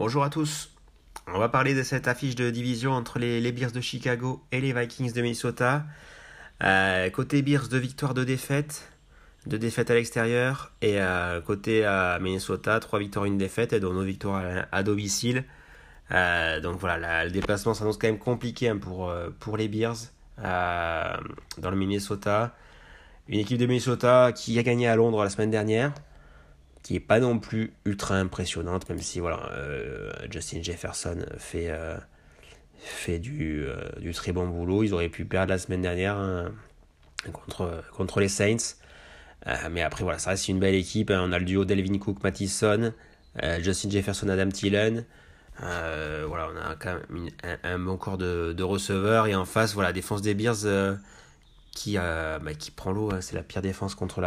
Bonjour à tous. On va parler de cette affiche de division entre les Bears de Chicago et les Vikings de Minnesota. Côté Bears, 2 victoires, 2 défaites. 2 défaites à l'extérieur. Et côté Minnesota, 3 victoires, 1 défaite. Et dont nos victoires à domicile. Donc voilà, le déplacement s'annonce quand même compliqué pour les Bears dans le Minnesota. Une équipe de Minnesota qui a gagné à Londres la semaine dernière, qui est pas non plus ultra impressionnante, même si Justin Jefferson fait du très bon boulot. Ils auraient pu perdre la semaine dernière contre les Saints. Mais après, voilà, ça reste une belle équipe. On a le duo Dalvin Cook-Mattison, Justin Jefferson, Adam Thielen. On a quand même un bon corps de receveurs. Et en face, voilà, la défense des Bears qui prend l'eau. Hein. C'est la pire défense contre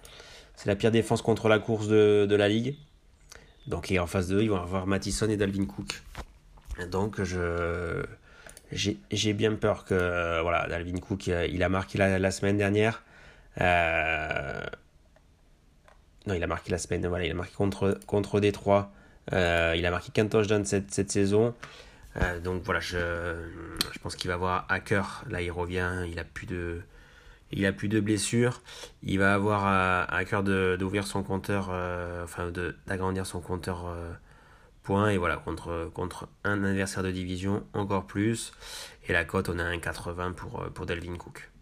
la course de la ligue. Donc, et en face d'eux, ils vont avoir Mattison et Dalvin Cook. Donc, j'ai bien peur que Dalvin Cook, il a marqué la semaine dernière. Non, il a marqué la semaine. Voilà, il a marqué contre Détroit. Il a marqué qu'un touchdown cette saison. Donc voilà, je pense qu'il va avoir à cœur. Là, il revient. Il a plus de blessures. Il va avoir à cœur d'ouvrir son compteur, d'agrandir son compteur points. Et voilà, contre un adversaire de division, encore plus. Et la cote, on a un 1,80 pour Dalvin Cook.